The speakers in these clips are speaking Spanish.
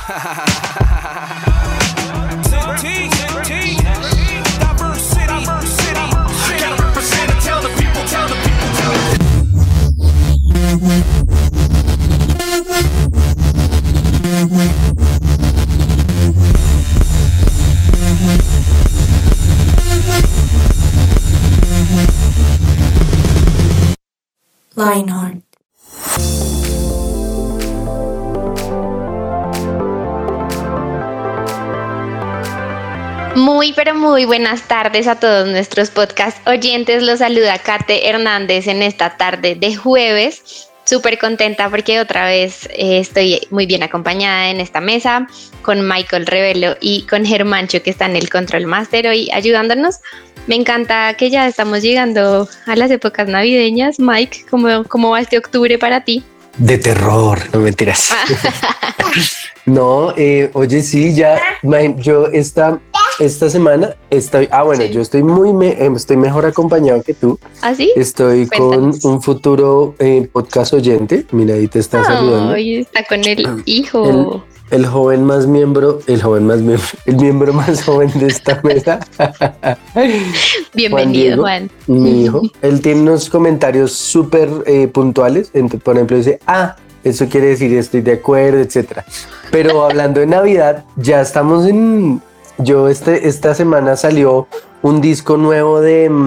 Lionheart. Muy, pero muy buenas tardes a todos nuestros podcast oyentes. Los saluda Kate Hernández en esta tarde de jueves. Súper contenta porque otra vez estoy muy bien acompañada en esta mesa con Michael Revelo y con Germancho, que está en el Control Master hoy ayudándonos. Me encanta que ya estamos llegando a las épocas navideñas. Mike, ¿cómo va este octubre para ti? De terror, no mentiras. No, oye, sí, ya, yo esta semana estoy, Sí. yo estoy estoy mejor acompañado que tú. ¿Ah, sí? Estoy Cuéntanos. con un futuro podcast oyente. Mira, ahí te está saludando. Ay, está con el hijo. El miembro más joven de esta mesa. Bienvenido, Juan. Mi hijo. Él tiene unos comentarios súper puntuales. Por ejemplo, dice, eso quiere decir estoy de acuerdo, etcétera. Pero hablando de Navidad, ya estamos esta semana salió un disco nuevo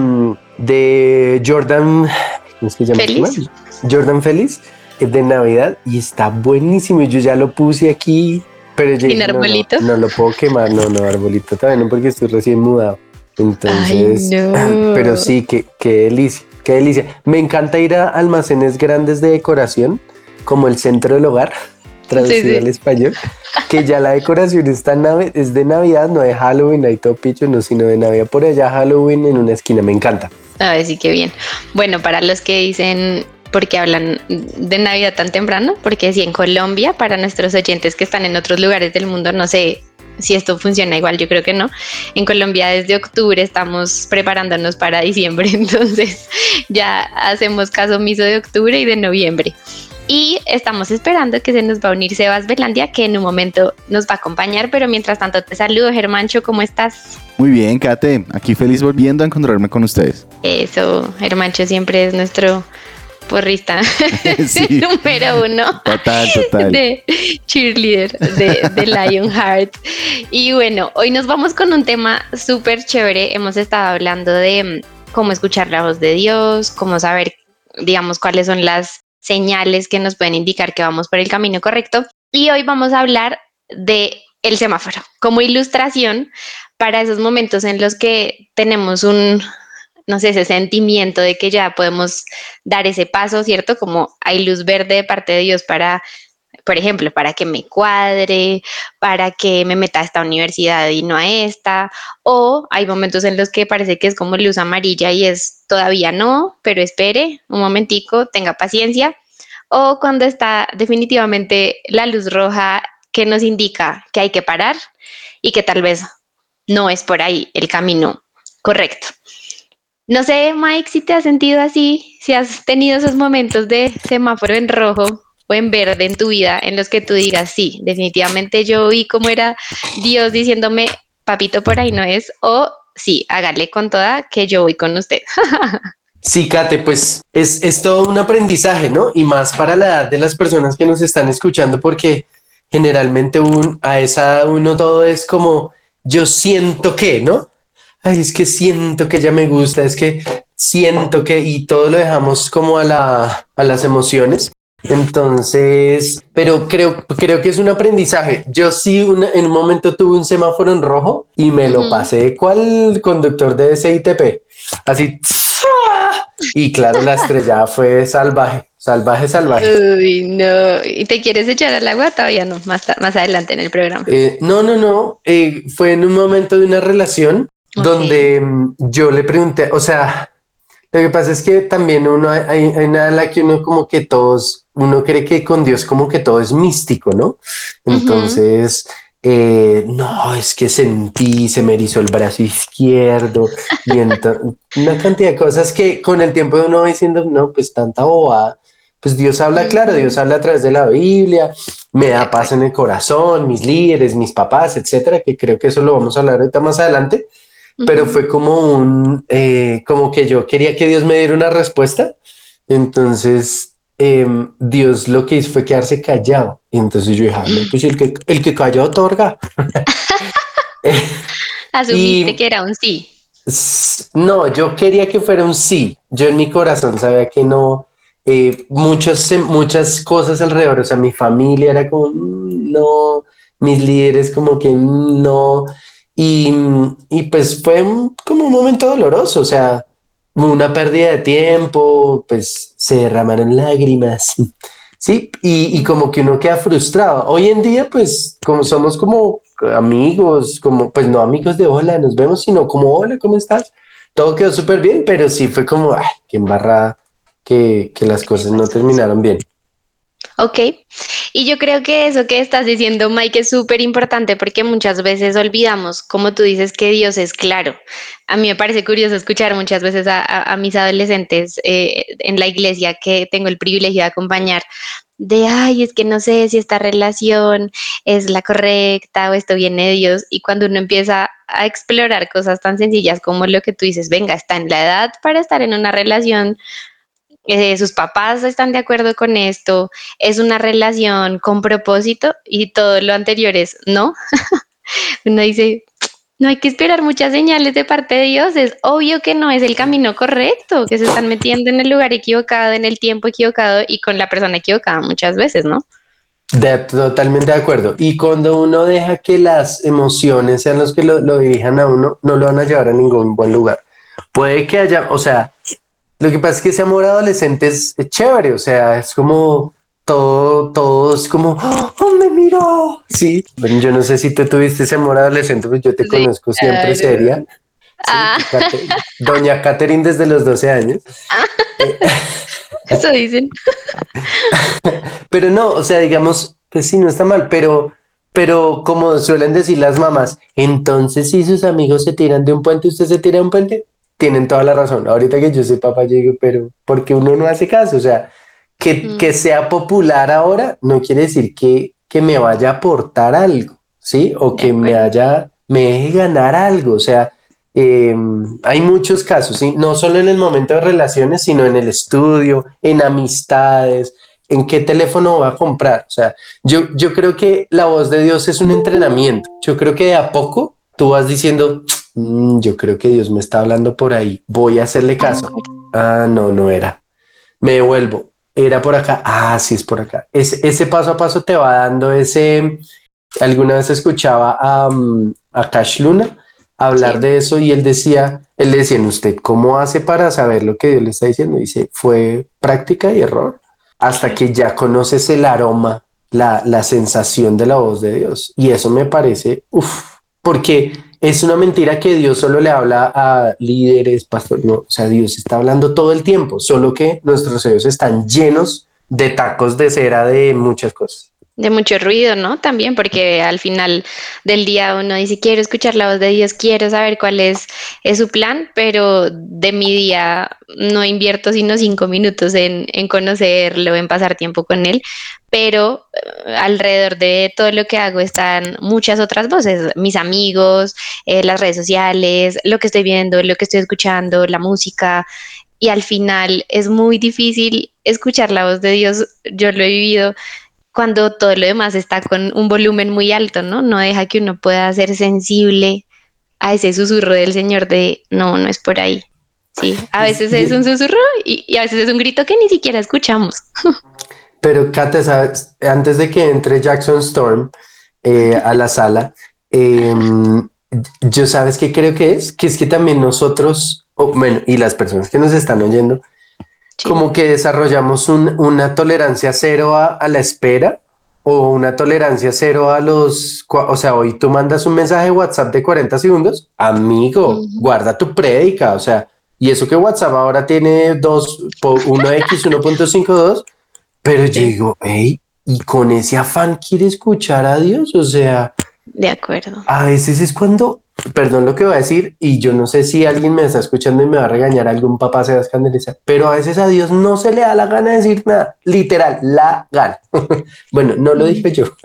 de Jordan, ¿cómo es que se llama? ¿Feliz? Jordan Feliz, de Navidad, y está buenísimo. Y yo ya lo puse aquí, pero yo ¿Sin dije, arbolito? no lo puedo quemar, no, arbolito todavía no, porque estoy recién mudado. Entonces, Ay, no. pero sí, qué delicia, qué delicia. Me encanta ir a almacenes grandes de decoración, como el Centro del Hogar, traducido al español, que ya la decoración es de Navidad, no de Halloween, no hay todo picho, no, sino de Navidad. Por allá Halloween en una esquina, me encanta. A ver, sí, qué bien. Bueno, para los que dicen por qué hablan de Navidad tan temprano, porque sí, en Colombia, para nuestros oyentes que están en otros lugares del mundo, no sé si esto funciona igual, yo creo que no. En Colombia desde octubre estamos preparándonos para diciembre, entonces ya hacemos caso omiso de octubre y de noviembre. Y estamos esperando que se nos va a unir Sebas Belandia, que en un momento nos va a acompañar, pero mientras tanto te saludo, Germancho, ¿cómo estás? Muy bien, Kate, aquí feliz volviendo a encontrarme con ustedes. Eso, Germancho siempre es nuestro porrista Sí. número uno. Total. De cheerleader de Lionheart. Y bueno, hoy nos vamos con un tema súper chévere. Hemos estado hablando de cómo escuchar la voz de Dios, cómo saber, digamos, cuáles son las señales que nos pueden indicar que vamos por el camino correcto. Y hoy vamos a hablar de el semáforo como ilustración para esos momentos en los que tenemos no sé, ese sentimiento de que ya podemos dar ese paso, ¿cierto? Como hay luz verde de parte de Dios para, por ejemplo, para que me cuadre, para que me meta a esta universidad y no a esta, o hay momentos en los que parece que es como luz amarilla y es todavía no, pero espere un momentico, tenga paciencia, o cuando está definitivamente la luz roja que nos indica que hay que parar y que tal vez no es por ahí el camino correcto. No sé, Mike, si te has sentido así, si has tenido esos momentos de semáforo en rojo o en verde en tu vida en los que tú digas, sí, definitivamente yo vi cómo era Dios diciéndome, papito, por ahí no es, o sí, hágale con toda que yo voy con usted. Sí, Kate, pues es todo un aprendizaje, ¿no? Y más para la edad de las personas que nos están escuchando, porque generalmente a esa edad uno todo es como, yo siento que, ¿no? Ay, es que siento que ya me gusta, es que siento que, y todo lo dejamos como a las emociones. Entonces, pero creo que es un aprendizaje. Yo sí en un momento tuve un semáforo en rojo y me lo pasé cual conductor de SITP. Así, y claro, la estrellada fue salvaje. Uy, no. ¿Y te quieres echar al agua? Todavía no, más adelante en el programa. No. Fue en un momento de una relación donde yo le pregunté, o sea, lo que pasa es que también hay nada en la que uno como que uno cree que con Dios como que todo es místico, ¿no? Entonces, no, es que se me erizó el brazo izquierdo y una cantidad de cosas que con el tiempo uno va diciendo, no, pues tanta bobada. Pues Dios habla claro, Dios habla a través de la Biblia me da paz en el corazón, mis líderes, mis papás, etcétera, que creo que eso lo vamos a hablar ahorita más adelante, pero fue como como que yo quería que Dios me diera una respuesta, entonces Dios lo que hizo fue quedarse callado, y entonces yo dije, no, pues el que calla otorga. Asumiste que era un sí. No, yo quería que fuera un sí. Yo en mi corazón sabía que no. Muchas cosas alrededor, o sea, mi familia era como no, mis líderes como que no. Y pues fue como un momento doloroso, o sea, una pérdida de tiempo, pues se derramaron lágrimas. Sí, y como que uno queda frustrado. Hoy en día, pues, como somos como amigos, como, pues no amigos de hola, nos vemos, sino como hola, ¿cómo estás? Todo quedó súper bien, pero sí fue como, ay, qué embarrada que las cosas no terminaron bien. Ok, y yo creo que eso que estás diciendo, Mike, es súper importante porque muchas veces olvidamos, como tú dices, que Dios es claro. A mí me parece curioso escuchar muchas veces a mis adolescentes en la iglesia que tengo el privilegio de acompañar, de, ay, es que no sé si esta relación es la correcta o esto viene de Dios. Y cuando uno empieza a explorar cosas tan sencillas como lo que tú dices, venga, está en la edad para estar en una relación, sus papás están de acuerdo con esto, es una relación con propósito y todo lo anterior es no. Uno dice, no hay que esperar muchas señales de parte de Dios, es obvio que no es el camino correcto, que se están metiendo en el lugar equivocado, en el tiempo equivocado y con la persona equivocada muchas veces, ¿no? Totalmente de acuerdo. Y cuando uno deja que las emociones sean los que lo dirijan a uno, no lo van a llevar a ningún buen lugar. Puede que haya, o sea, lo que pasa es que ese amor adolescente es chévere, o sea, es como todo es como, oh, me miró. Sí, bueno, yo no sé si tú tuviste ese amor adolescente, pues yo te Sí, conozco siempre claro. seria. Sí, Ah, Doña Catherine desde los 12 años. Eh, eso dicen. pero no, o sea, digamos, pues sí, no está mal, pero como suelen decir las mamás, entonces si sus amigos se tiran de un puente, usted se tira de un puente, tienen toda la razón. Ahorita que yo soy papá, yo digo, pero ¿por qué uno no hace caso? O sea, que Mm, sea popular ahora no quiere decir que me vaya a aportar algo, ¿sí? O de que acuerdo. me deje ganar algo. O sea, hay muchos casos, ¿sí? No solo en el momento de relaciones, sino en el estudio, en amistades, en qué teléfono va a comprar. O sea, yo creo que la voz de Dios es un entrenamiento. Yo creo que de a poco tú vas diciendo, yo creo que Dios me está hablando por ahí, voy a hacerle De caso. acuerdo. Ah, no, no era. Me devuelvo. Era por acá. Ah, sí, es por acá. Ese paso a paso te va dando ese. Alguna vez escuchaba a Cash Luna hablar Sí. de eso y él le decía, ¿usted cómo hace para saber lo que Dios le está diciendo? Dice, fue práctica y error hasta Claro. que ya conoces el aroma, la sensación de la voz de Dios. Y eso me parece, uff, porque es una mentira que Dios solo le habla a líderes, pastores, no, o sea, Dios está hablando todo el tiempo, solo que nuestros oídos están llenos de tacos de cera de muchas cosas. De mucho ruido, ¿no? También porque al final del día uno dice, quiero escuchar la voz de Dios, quiero saber cuál es su plan, pero de mi día no invierto sino 5 minutos en conocerlo, en pasar tiempo con él, pero alrededor de todo lo que hago están muchas otras voces, mis amigos, las redes sociales, lo que estoy viendo, lo que estoy escuchando, la música, y al final es muy difícil escuchar la voz de Dios, yo lo he vivido cuando todo lo demás está con un volumen muy alto, ¿no? No deja que uno pueda ser sensible a ese susurro del Señor de, no, no es por ahí. Sí, a veces es un susurro y a veces es un grito que ni siquiera escuchamos. Pero Kate, ¿sabes? Antes de que entre Jackson Storm a la sala, yo sabes qué creo que es que también nosotros, bueno, y las personas que nos están oyendo, Sí. como que desarrollamos una tolerancia cero a la espera o una tolerancia cero a o sea, hoy tú mandas un mensaje de WhatsApp de 40 segundos, amigo, Ujú. guarda tu prédica, o sea, y eso que WhatsApp ahora tiene 1X 1.52, pero yo Sí, digo, hey, y con ese afán quiere escuchar a Dios, o sea, de acuerdo. a veces es cuando perdón lo que voy a decir, y yo no sé si alguien me está escuchando y me va a regañar, algún papá se va a escandalizar, pero a veces a Dios no se le da la gana de decir nada, literal, la gana. Bueno, no lo dije yo.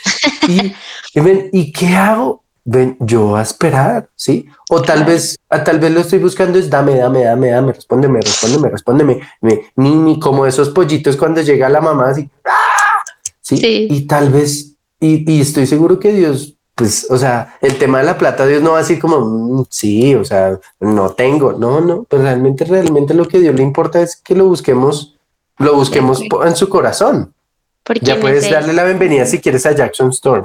¿Y qué hago? Ven, yo voy a esperar, ¿sí? O tal vez lo estoy buscando es dame, respóndeme. Ni como esos pollitos cuando llega la mamá así, ¿sí? Sí. Y tal vez, y estoy seguro que Dios, pues, o sea, el tema de la plata, Dios no va a decir como, sí, o sea, no tengo, no, pues realmente lo que a Dios le importa es que lo busquemos en su corazón. ¿Por Ya quién puedes es darle él? la bienvenida si quieres a Jackson Storm.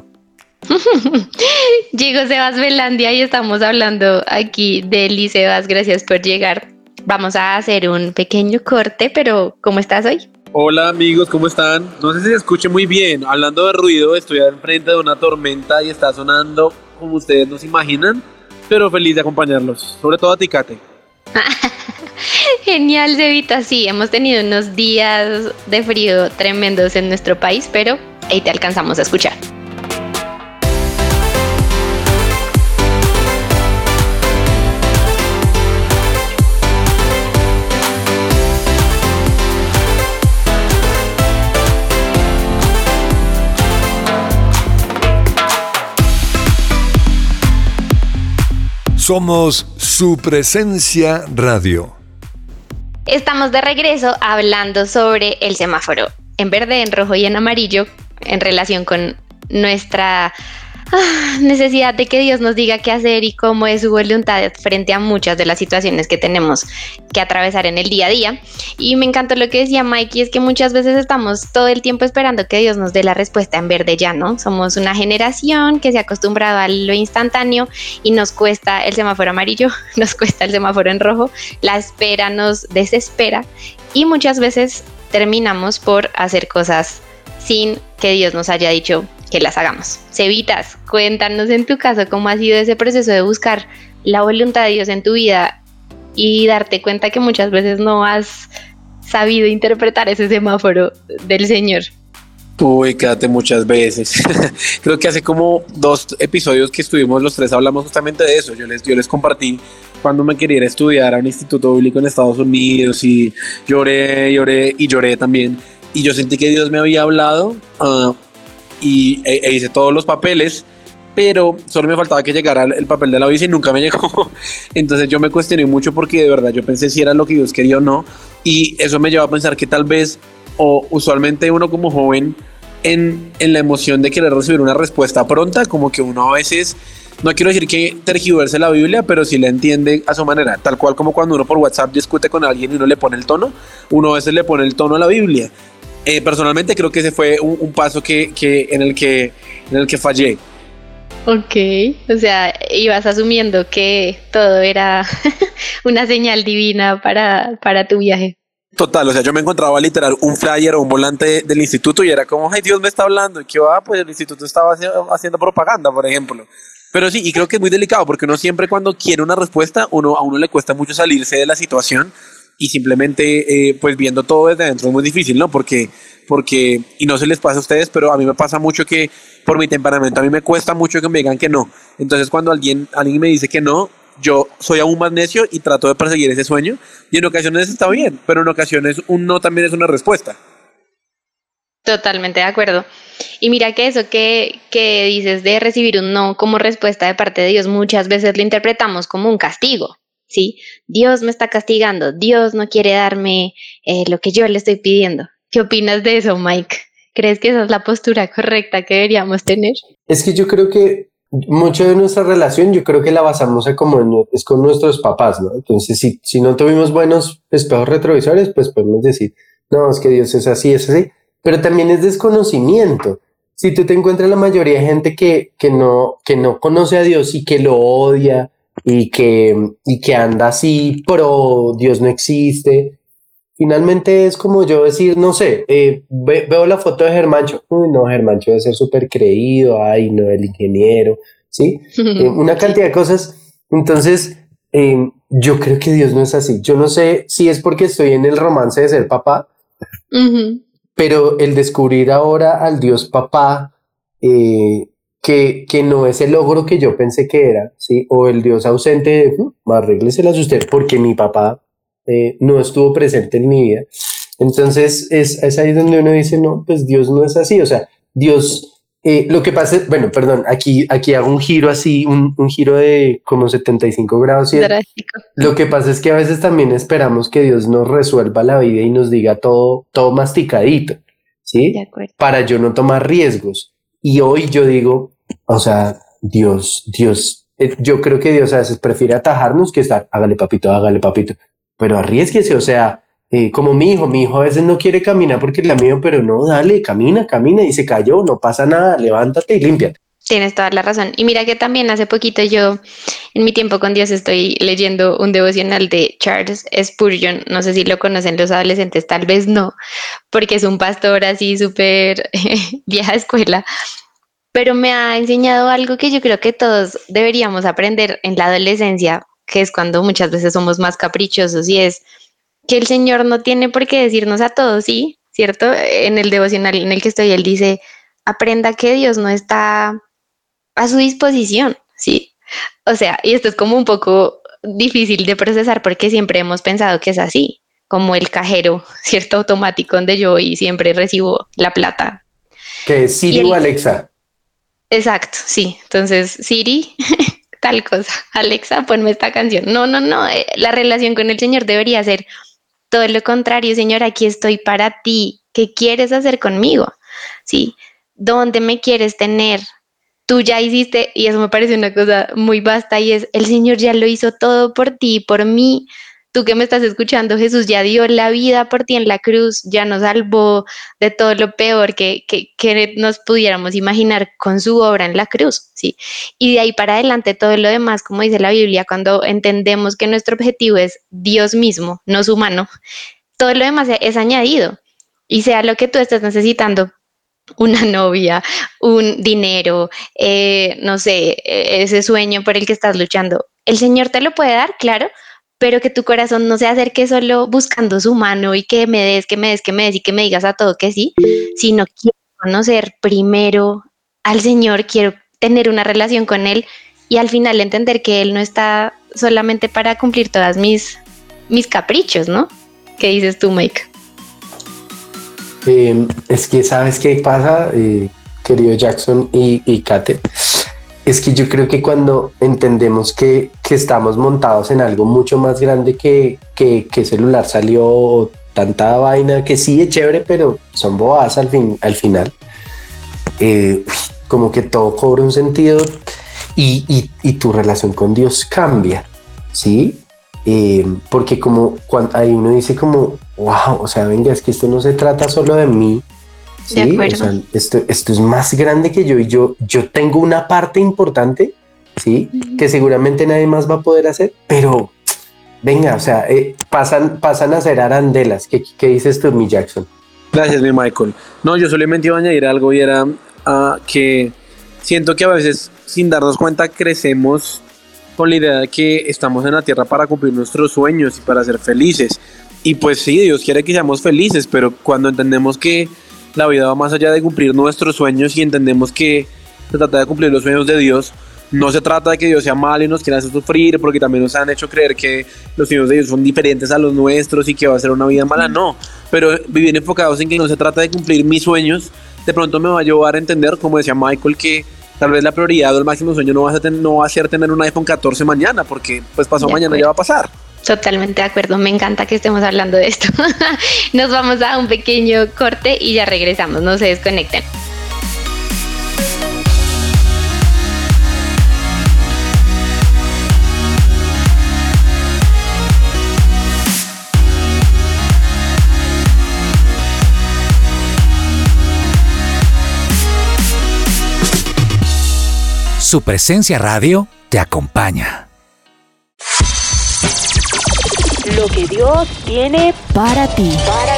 Llegó Sebas Velandia y estamos hablando aquí de Eli. Sebas, gracias por llegar. Vamos a hacer un pequeño corte, pero ¿cómo estás hoy? Hola amigos, ¿cómo están? No sé si se escuche muy bien. Hablando de ruido, estoy enfrente de una tormenta y está sonando como ustedes no se imaginan, pero feliz de acompañarlos. Sobre todo a ti, Kate. Genial, Sebita. Sí, hemos tenido unos días de frío tremendos en nuestro país, pero ahí te alcanzamos a escuchar. Somos su presencia radio. Estamos de regreso hablando sobre el semáforo en verde, en rojo y en amarillo en relación con nuestra necesidad de que Dios nos diga qué hacer y cómo es su voluntad frente a muchas de las situaciones que tenemos que atravesar en el día a día. Y me encantó lo que decía Mike, y es que muchas veces estamos todo el tiempo esperando que Dios nos dé la respuesta en verde ya, ¿no? Somos una generación que se ha acostumbrado a lo instantáneo y nos cuesta el semáforo amarillo, nos cuesta el semáforo en rojo, la espera nos desespera y muchas veces terminamos por hacer cosas sin que Dios nos haya dicho que las hagamos. Cevitas, cuéntanos en tu caso cómo ha sido ese proceso de buscar la voluntad de Dios en tu vida y darte cuenta que muchas veces no has sabido interpretar ese semáforo del Señor. Uy, Kate, muchas veces. Creo que hace como 2 episodios que estuvimos los tres hablamos justamente de eso. Yo les compartí cuando me quería ir a estudiar a un instituto bíblico en Estados Unidos y lloré también. Y yo sentí que Dios me había hablado e hice todos los papeles, pero solo me faltaba que llegara el papel de la visa y nunca me llegó. Entonces yo me cuestioné mucho porque de verdad yo pensé si era lo que Dios quería o no, y eso me llevó a pensar que tal vez, o usualmente uno como joven, en la emoción de querer recibir una respuesta pronta, como que uno a veces, no quiero decir que tergiverse la Biblia, pero sí la entiende a su manera, tal cual como cuando uno por WhatsApp discute con alguien y uno le pone el tono, uno a veces le pone el tono a la Biblia. Personalmente creo que ese fue un paso en el que fallé. Ok, o sea, ibas asumiendo que todo era una señal divina para tu viaje. Total, o sea, yo me encontraba literal un flyer o un volante del instituto y era como, ay, Dios me está hablando, y que pues el instituto estaba haciendo propaganda, por ejemplo. Pero sí, y creo que es muy delicado porque uno siempre cuando quiere una respuesta, a uno le cuesta mucho salirse de la situación y simplemente pues viendo todo desde adentro es muy difícil, ¿no? Porque, y no se les pasa a ustedes, pero a mí me pasa mucho que por mi temperamento a mí me cuesta mucho que me digan que no. Entonces cuando alguien me dice que no, yo soy aún más necio y trato de perseguir ese sueño, y en ocasiones está bien, pero en ocasiones un no también es una respuesta. Totalmente de acuerdo. Y mira que eso que dices de recibir un no como respuesta de parte de Dios, muchas veces lo interpretamos como un castigo, ¿sí? Dios me está castigando, Dios no quiere darme lo que yo le estoy pidiendo. ¿Qué opinas de eso, Mike? ¿Crees que esa es la postura correcta que deberíamos tener? Es que yo creo que mucho de nuestra relación, yo creo que la basamos es con nuestros papás, ¿no? Entonces, si no tuvimos buenos espejos retrovisores, pues podemos decir, no, es que Dios es así, pero también es desconocimiento. Si tú te encuentras la mayoría de gente que no conoce a Dios y que lo odia y que anda así, pero Dios no existe, finalmente es como yo decir, no sé, veo la foto de Germancho. Uy, no, Germancho debe ser súper creído. Ay, no, el ingeniero, ¿sí? Una cantidad de cosas. Entonces, yo creo que Dios no es así. Yo no sé si es porque estoy en el romance de ser papá, pero el descubrir ahora al Dios papá, que no es el logro que yo pensé que era, ¿sí? O el Dios ausente de, arrégleselas usted, porque mi papá no estuvo presente en mi vida. Entonces es ahí donde uno dice, no, pues Dios no es así, o sea, Dios... lo que pasa es, bueno, perdón, aquí hago un giro así, un giro de como 75 grados. Drástico. Lo que pasa es que a veces también esperamos que Dios nos resuelva la vida y nos diga todo masticadito, ¿sí? De acuerdo. Para yo no tomar riesgos. Y hoy yo digo, o sea, Dios, yo creo que Dios a veces prefiere atajarnos que estar, hágale papito, pero arriésguese, o sea, como mi hijo a veces no quiere caminar porque le da miedo, pero no, dale, camina y se cayó, no pasa nada, levántate y límpiate. Tienes toda la razón. Y mira que también hace poquito yo, en mi tiempo con Dios, estoy leyendo un devocional de Charles Spurgeon. No sé si lo conocen los adolescentes, tal vez no, porque es un pastor así súper vieja escuela. Pero me ha enseñado algo que yo creo que todos deberíamos aprender en la adolescencia, que es cuando muchas veces somos más caprichosos, y es que el Señor no tiene por qué decirnos a todos, ¿sí? ¿Cierto? En el devocional en el que estoy, él dice, aprenda que Dios no está a su disposición, ¿sí? O sea, y esto es como un poco difícil de procesar porque siempre hemos pensado que es así, como el cajero, ¿cierto? Automático donde yo voy y siempre recibo la plata. Que es Siri o Alexa. Exacto, sí. Entonces, Siri, tal cosa. Alexa, ponme esta canción. No. La relación con el Señor debería ser todo lo contrario. Señor, aquí estoy para ti. ¿Qué quieres hacer conmigo? ¿Sí? ¿Dónde me quieres tener? Tú ya hiciste, y eso me parece una cosa muy vasta, y es, el Señor ya lo hizo todo por ti, por mí. Tú que me estás escuchando, Jesús ya dio la vida por ti en la cruz, ya nos salvó de todo lo peor que nos pudiéramos imaginar con su obra en la cruz, ¿sí? Y de ahí para adelante todo lo demás, como dice la Biblia, cuando entendemos que nuestro objetivo es Dios mismo, no es humano, todo lo demás es añadido. Y sea lo que tú estés necesitando, una novia, un dinero, no sé, ese sueño por el que estás luchando, el Señor te lo puede dar, claro, pero que tu corazón no se acerque solo buscando su mano y que me des y que me digas a todo que sí, sino quiero conocer primero al Señor, quiero tener una relación con Él y al final entender que Él no está solamente para cumplir todas mis caprichos, ¿no? ¿Qué dices tú, Mike? Es que, ¿sabes qué pasa, querido Jackson y Kate? Es que yo creo que cuando entendemos que estamos montados en algo mucho más grande que celular salió, tanta vaina que sí es chévere, pero son bobadas al final, como que todo cobra un sentido y tu relación con Dios cambia, ¿sí? Porque como cuando ahí uno dice como, wow, o sea, venga, es que esto no se trata solo de mí, ¿sí? O sea, esto es más grande que yo y yo tengo una parte importante, ¿sí? Que seguramente nadie más va a poder hacer, pero venga, o sea, pasan a ser arandelas. ¿Qué dices tú, mi Jackson? Gracias, mi Michael. No, yo solamente iba a añadir algo y era que siento que a veces sin darnos cuenta crecemos con la idea de que estamos en la tierra para cumplir nuestros sueños y para ser felices. Y pues sí, Dios quiere que seamos felices, pero cuando entendemos que la vida va más allá de cumplir nuestros sueños y entendemos que se trata de cumplir los sueños de Dios, no se trata de que Dios sea malo y nos quiera hacer sufrir, porque también nos han hecho creer que los sueños de Dios son diferentes a los nuestros y que va a ser una vida mala, no. Pero vivir enfocados en que no se trata de cumplir mis sueños, de pronto me va a llevar a entender, como decía Michael, que tal vez la prioridad o el máximo sueño no va a ser tener un iPhone 14 mañana, porque pues pasado mañana ya va a pasar. Totalmente de acuerdo, me encanta que estemos hablando de esto. Nos vamos a un pequeño corte y ya regresamos, no se desconecten. Su presencia radio te acompaña. Lo que Dios tiene para ti.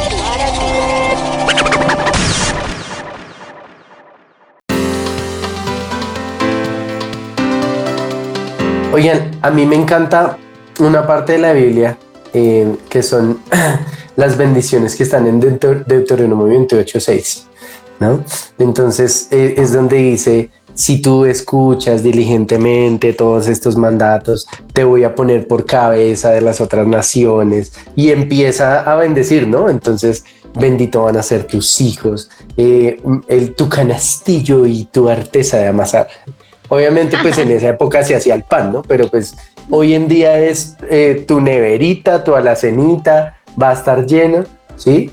Oigan, a mí me encanta una parte de la Biblia que son las bendiciones que están en Deuteronomio 28:6, ¿no? Entonces es donde dice: si tú escuchas diligentemente todos estos mandatos, te voy a poner por cabeza de las otras naciones, y empieza a bendecir, ¿no? Entonces, bendito van a ser tus hijos, tu canastillo y tu arteza de amasar. Obviamente, pues en esa época se hacía el pan, ¿no? Pero pues hoy en día es tu neverita, tu alacenita va a estar llena, ¿sí?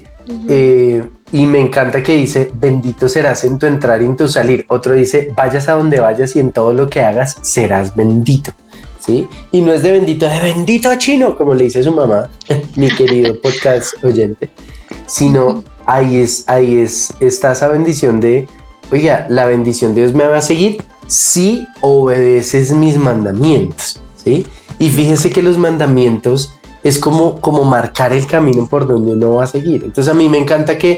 Y me encanta que dice, bendito serás en tu entrar y en tu salir. Otro dice, vayas a donde vayas y en todo lo que hagas serás bendito, ¿sí? Y no es de bendito chino, como le dice su mamá, mi querido podcast oyente, sino ahí está esa bendición de, oiga, la bendición de Dios me va a seguir si obedeces mis mandamientos, ¿sí? Y fíjese que los mandamientos es como marcar el camino por donde uno va a seguir. Entonces a mí me encanta que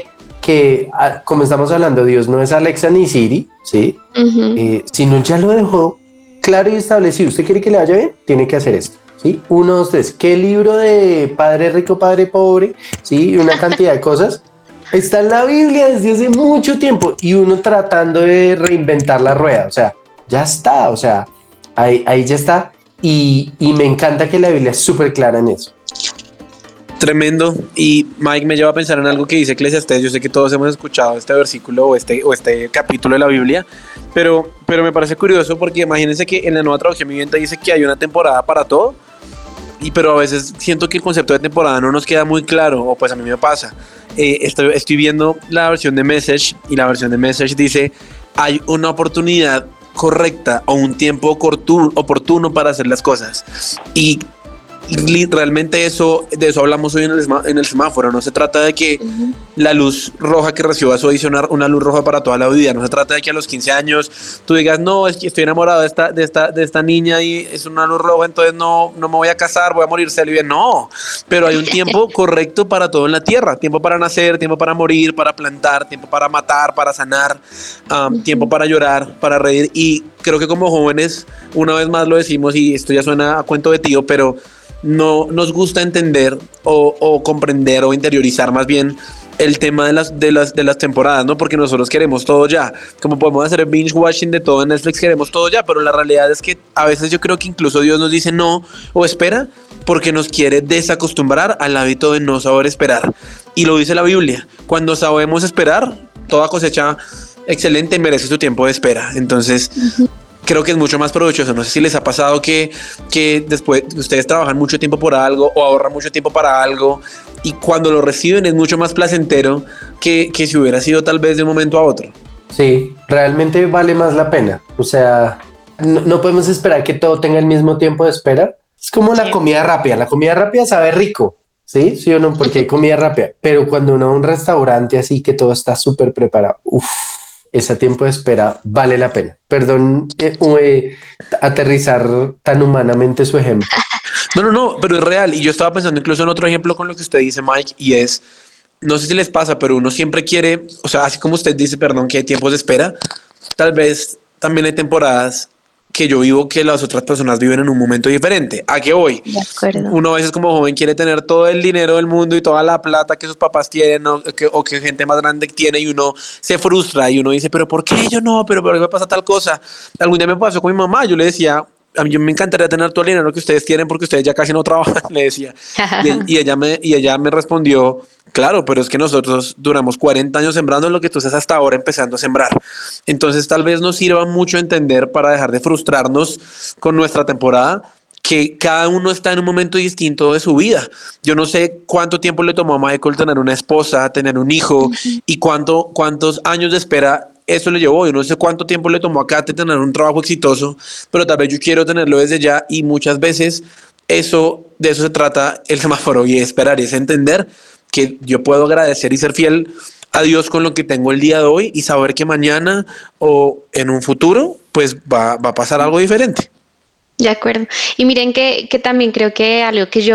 como estamos hablando, Dios no es Alexa ni Siri, ¿sí? Sino ya lo dejó claro y establecido. ¿Usted quiere que le vaya bien? Tiene que hacer esto, ¿sí? 1, 2, 3. ¿Qué libro de Padre Rico, Padre Pobre? ¿Sí? Una cantidad de cosas. Está en la Biblia desde hace mucho tiempo y uno tratando de reinventar la rueda. O sea, ya está. O sea, ahí ya está. Y me encanta que la Biblia es súper clara en eso. Tremendo. Y Mike me lleva a pensar en algo que dice Eclesiastés. Yo sé que todos hemos escuchado este versículo o este capítulo de la Biblia, pero me parece curioso porque imagínense que en la Nueva Traducción Viviente dice que hay una temporada para todo, pero a veces siento que el concepto de temporada no nos queda muy claro, o pues a mí me pasa. Estoy viendo la versión de Message y la versión de Message dice hay una oportunidad correcta o un tiempo oportuno para hacer las cosas, y realmente de eso hablamos hoy en el semáforo. No se trata de que la luz roja que reciba eso dice una luz roja para toda la vida. No se trata de que a los 15 años tú digas, no, es que estoy enamorado de esta niña y es una luz roja, entonces no me voy a casar, voy a morir, se alivia. No, pero hay un tiempo correcto para todo en la tierra. Tiempo para nacer, tiempo para morir, para plantar, tiempo para matar, para sanar, tiempo para llorar, para reír. Y creo que como jóvenes, una vez más lo decimos, y esto ya suena a cuento de tío, pero no nos gusta entender o comprender o interiorizar más bien el tema de las temporadas, ¿no? Porque nosotros queremos todo ya. Como podemos hacer binge watching de todo en Netflix, queremos todo ya, pero la realidad es que a veces yo creo que incluso Dios nos dice no o espera porque nos quiere desacostumbrar al hábito de no saber esperar. Y lo dice la Biblia, cuando sabemos esperar, toda cosecha excelente merece su tiempo de espera. Entonces, creo que es mucho más provechoso. No sé si les ha pasado que después ustedes trabajan mucho tiempo por algo o ahorran mucho tiempo para algo y cuando lo reciben es mucho más placentero que si hubiera sido tal vez de un momento a otro. Sí, realmente vale más la pena. O sea, no podemos esperar que todo tenga el mismo tiempo de espera. Es como la comida rápida. La comida rápida sabe rico, ¿sí? ¿Sí o no? Porque hay comida rápida. Pero cuando uno va a un restaurante así que todo está súper preparado, ese tiempo de espera vale la pena. Perdón, aterrizar tan humanamente su ejemplo. No, pero es real. Y yo estaba pensando incluso en otro ejemplo con lo que usted dice, Mike, y es, no sé si les pasa, pero uno siempre quiere, o sea, así como usted dice, perdón, que hay tiempos de espera, tal vez también hay temporadas que yo vivo que las otras personas viven en un momento diferente. ¿A qué voy? De acuerdo. Uno a veces como joven quiere tener todo el dinero del mundo y toda la plata que sus papás tienen o que gente más grande tiene y uno se frustra y uno dice, pero ¿por qué yo no? ¿Pero por qué me pasa tal cosa? Algún día me pasó con mi mamá, yo le decía, a mí me encantaría tener todo el dinero que ustedes tienen porque ustedes ya casi no trabajan, le decía. Y ella me respondió, claro, pero es que nosotros duramos 40 años sembrando lo que tú estás hasta ahora empezando a sembrar. Entonces tal vez nos sirva mucho entender para dejar de frustrarnos con nuestra temporada, que cada uno está en un momento distinto de su vida. Yo no sé cuánto tiempo le tomó a Michael tener una esposa, tener un hijo y cuántos años de espera eso le llevó. Yo no sé cuánto tiempo le tomó a Kate tener un trabajo exitoso, pero tal vez yo quiero tenerlo desde ya y muchas veces de eso se trata el semáforo y esperar y es entender que yo puedo agradecer y ser fiel a Dios con lo que tengo el día de hoy y saber que mañana o en un futuro pues va a pasar algo diferente. De acuerdo. Y miren que también creo que algo que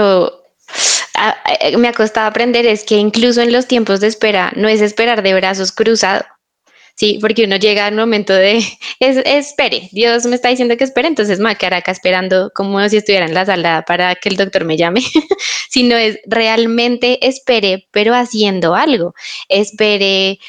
me ha costado aprender es que incluso en los tiempos de espera no es esperar de brazos cruzados. Sí, porque uno llega al momento de espere, Dios me está diciendo que espere, entonces me voy a quedar acá esperando como si estuviera en la sala para que el doctor me llame, sino es realmente espere, pero haciendo algo, espere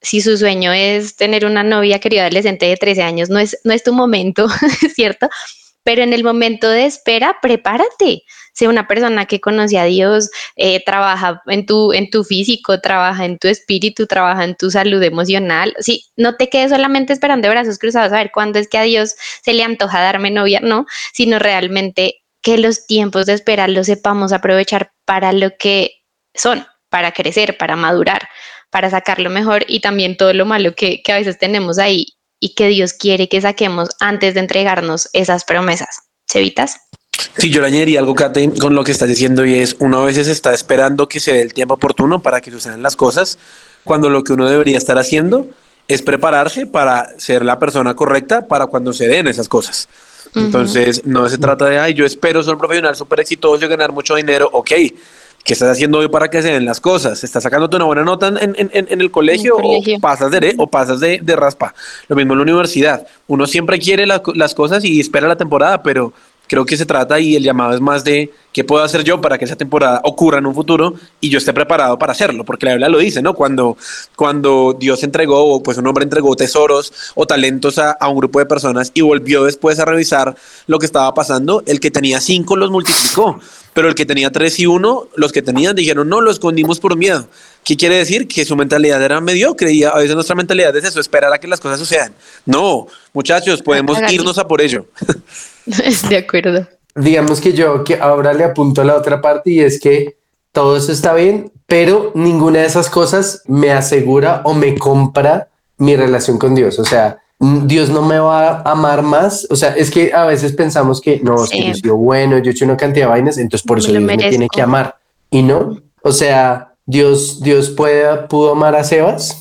si su sueño es tener una novia, querido adolescente de 13 años, no es tu momento, ¿cierto? Pero en el momento de espera, prepárate. Sé una persona que conoce a Dios, trabaja en tu físico, trabaja en tu espíritu, trabaja en tu salud emocional. Sí, no te quedes solamente esperando de brazos cruzados a ver cuándo es que a Dios se le antoja darme novia, no, sino realmente que los tiempos de espera los sepamos aprovechar para lo que son, para crecer, para madurar, para sacar lo mejor y también todo lo malo que a veces tenemos ahí y que Dios quiere que saquemos antes de entregarnos esas promesas. ¿Cevitas? Sí, yo le añadiría algo, Kate, con lo que estás diciendo y es, uno a veces está esperando que se dé el tiempo oportuno para que sucedan las cosas, cuando lo que uno debería estar haciendo es prepararse para ser la persona correcta para cuando se den esas cosas. Entonces, no se trata de, ay, yo espero ser un profesional súper exitoso y ganar mucho dinero. Ok, ¿qué estás haciendo hoy para que se den las cosas? ¿Estás sacándote una buena nota en el colegio, o pasas de raspa? Lo mismo en la universidad. Uno siempre quiere las cosas y espera la temporada, pero creo que se trata y el llamado es más de qué puedo hacer yo para que esa temporada ocurra en un futuro y yo esté preparado para hacerlo, porque la Biblia lo dice, ¿no? Cuando Dios entregó, o pues un hombre entregó tesoros o talentos a un grupo de personas y volvió después a revisar lo que estaba pasando, el que tenía 5 los multiplicó, pero el que tenía 3 y 1, los que tenían dijeron, no, lo escondimos por miedo. ¿Qué quiere decir? Que su mentalidad era mediocre y a veces nuestra mentalidad es eso, esperar a que las cosas sucedan. No, muchachos, podemos irnos a por ello. De acuerdo. Digamos que yo que ahora le apunto a la otra parte y es que todo eso está bien, pero ninguna de esas cosas me asegura o me compra mi relación con Dios. O sea, Dios no me va a amar más. O sea, es que a veces pensamos que no, Sí. es que yo soy bueno, yo he hecho una cantidad de vainas, entonces por eso Me lo Dios me merezco. tiene que amar. Y no, o sea, Dios pudo amar a Sebas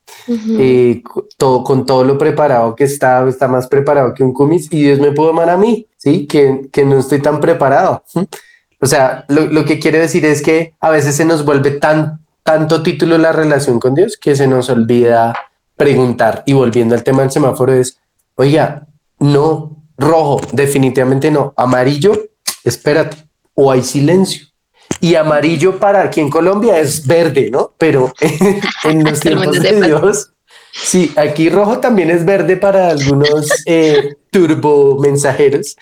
con todo lo preparado que está más preparado que un cumis, y Dios me pudo amar a mí, ¿sí? Que no estoy tan preparado. O sea, lo que quiere decir es que a veces se nos vuelve tanto título la relación con Dios que se nos olvida preguntar. Y volviendo al tema del semáforo es, oiga, no, rojo, definitivamente no, amarillo, espérate, o hay silencio. Y amarillo para aquí en Colombia es verde, ¿no? Pero en los Todo el mundo tiempos de sepa. Dios, sí, aquí rojo también es verde para algunos turbo mensajeros.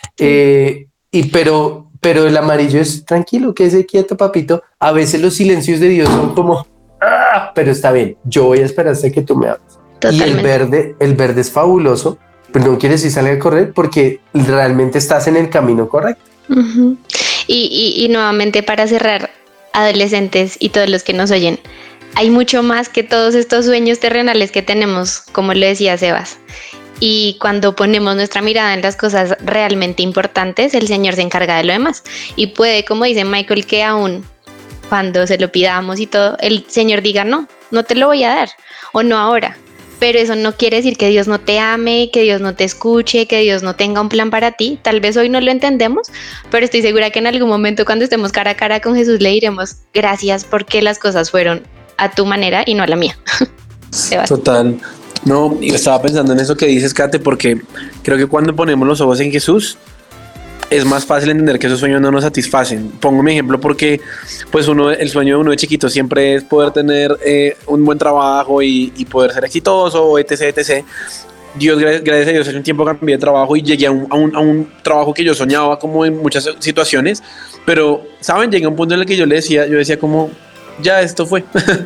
Pero el amarillo es tranquilo, quédese quieto, papito. A veces los silencios de Dios son como, pero está bien, yo voy a esperar hasta que tú me hables. Y el verde es fabuloso, pero no quieres ir salir a correr porque realmente estás en el camino correcto. Uh-huh. Y nuevamente para cerrar, adolescentes y todos los que nos oyen, hay mucho más que todos estos sueños terrenales que tenemos, como lo decía Sebas. Y cuando ponemos nuestra mirada en las cosas realmente importantes, el Señor se encarga de lo demás. Y puede, como dice Michael, que aún cuando se lo pidamos y todo, el Señor diga, no te lo voy a dar, o no ahora. Pero eso no quiere decir que Dios no te ame, que Dios no te escuche, que Dios no tenga un plan para ti. Tal vez hoy no lo entendemos, pero estoy segura que en algún momento cuando estemos cara a cara con Jesús le diremos, gracias porque las cosas fueron a tu manera y no a la mía. Total. No, y estaba pensando en eso que dices, Kate, porque creo que cuando ponemos los ojos en Jesús es más fácil entender que esos sueños no nos satisfacen. Pongo mi ejemplo porque pues el sueño de uno de chiquito siempre es poder tener un buen trabajo y poder ser exitoso, etc. Dios, gracias a Dios, hace un tiempo cambié de trabajo y llegué a un trabajo que yo soñaba como en muchas situaciones, pero, ¿saben? Llegué a un punto en el que yo decía como, ya esto fue.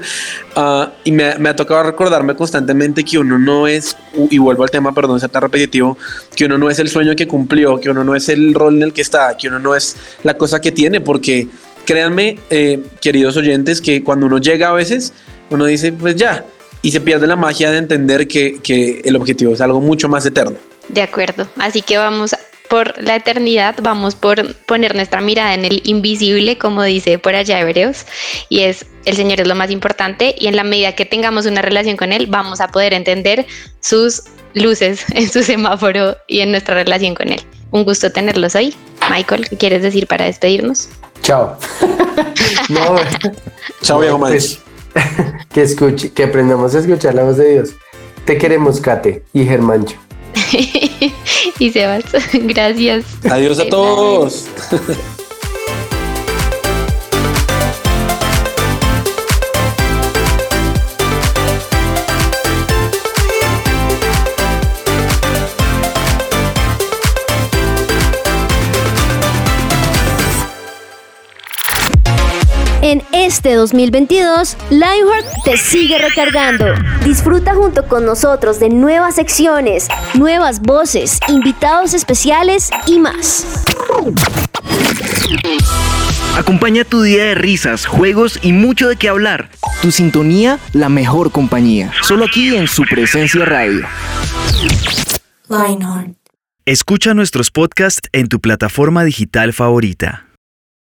Y me ha tocado recordarme constantemente que uno no es, y vuelvo al tema, perdón, ser tan repetitivo, que uno no es el sueño que cumplió, que uno no es el rol en el que está, que uno no es la cosa que tiene, porque créanme, queridos oyentes, que cuando uno llega a veces, uno dice, pues ya, y se pierde la magia de entender que el objetivo es algo mucho más eterno. De acuerdo, así que vamos por la eternidad, vamos por poner nuestra mirada en el invisible, como dice por allá Hebreos, y el Señor es lo más importante, y en la medida que tengamos una relación con Él, vamos a poder entender sus luces en su semáforo y en nuestra relación con Él. Un gusto tenerlos hoy. Michael, ¿qué quieres decir para despedirnos? Chao. No, chao, viejo maestro. Que aprendamos a escuchar la voz de Dios. Te queremos, Kate y Germancho. Y Sebas, gracias. Adiós a todos. Este 2022, Lionheart te sigue recargando. Disfruta junto con nosotros de nuevas secciones, Nuevas voces, invitados especiales y más. Acompaña tu día de risas, juegos y mucho de qué hablar. Tu sintonía, la mejor compañía. Solo aquí en Su Presencia Radio. Lionheart. Escucha nuestros podcasts en tu plataforma digital favorita.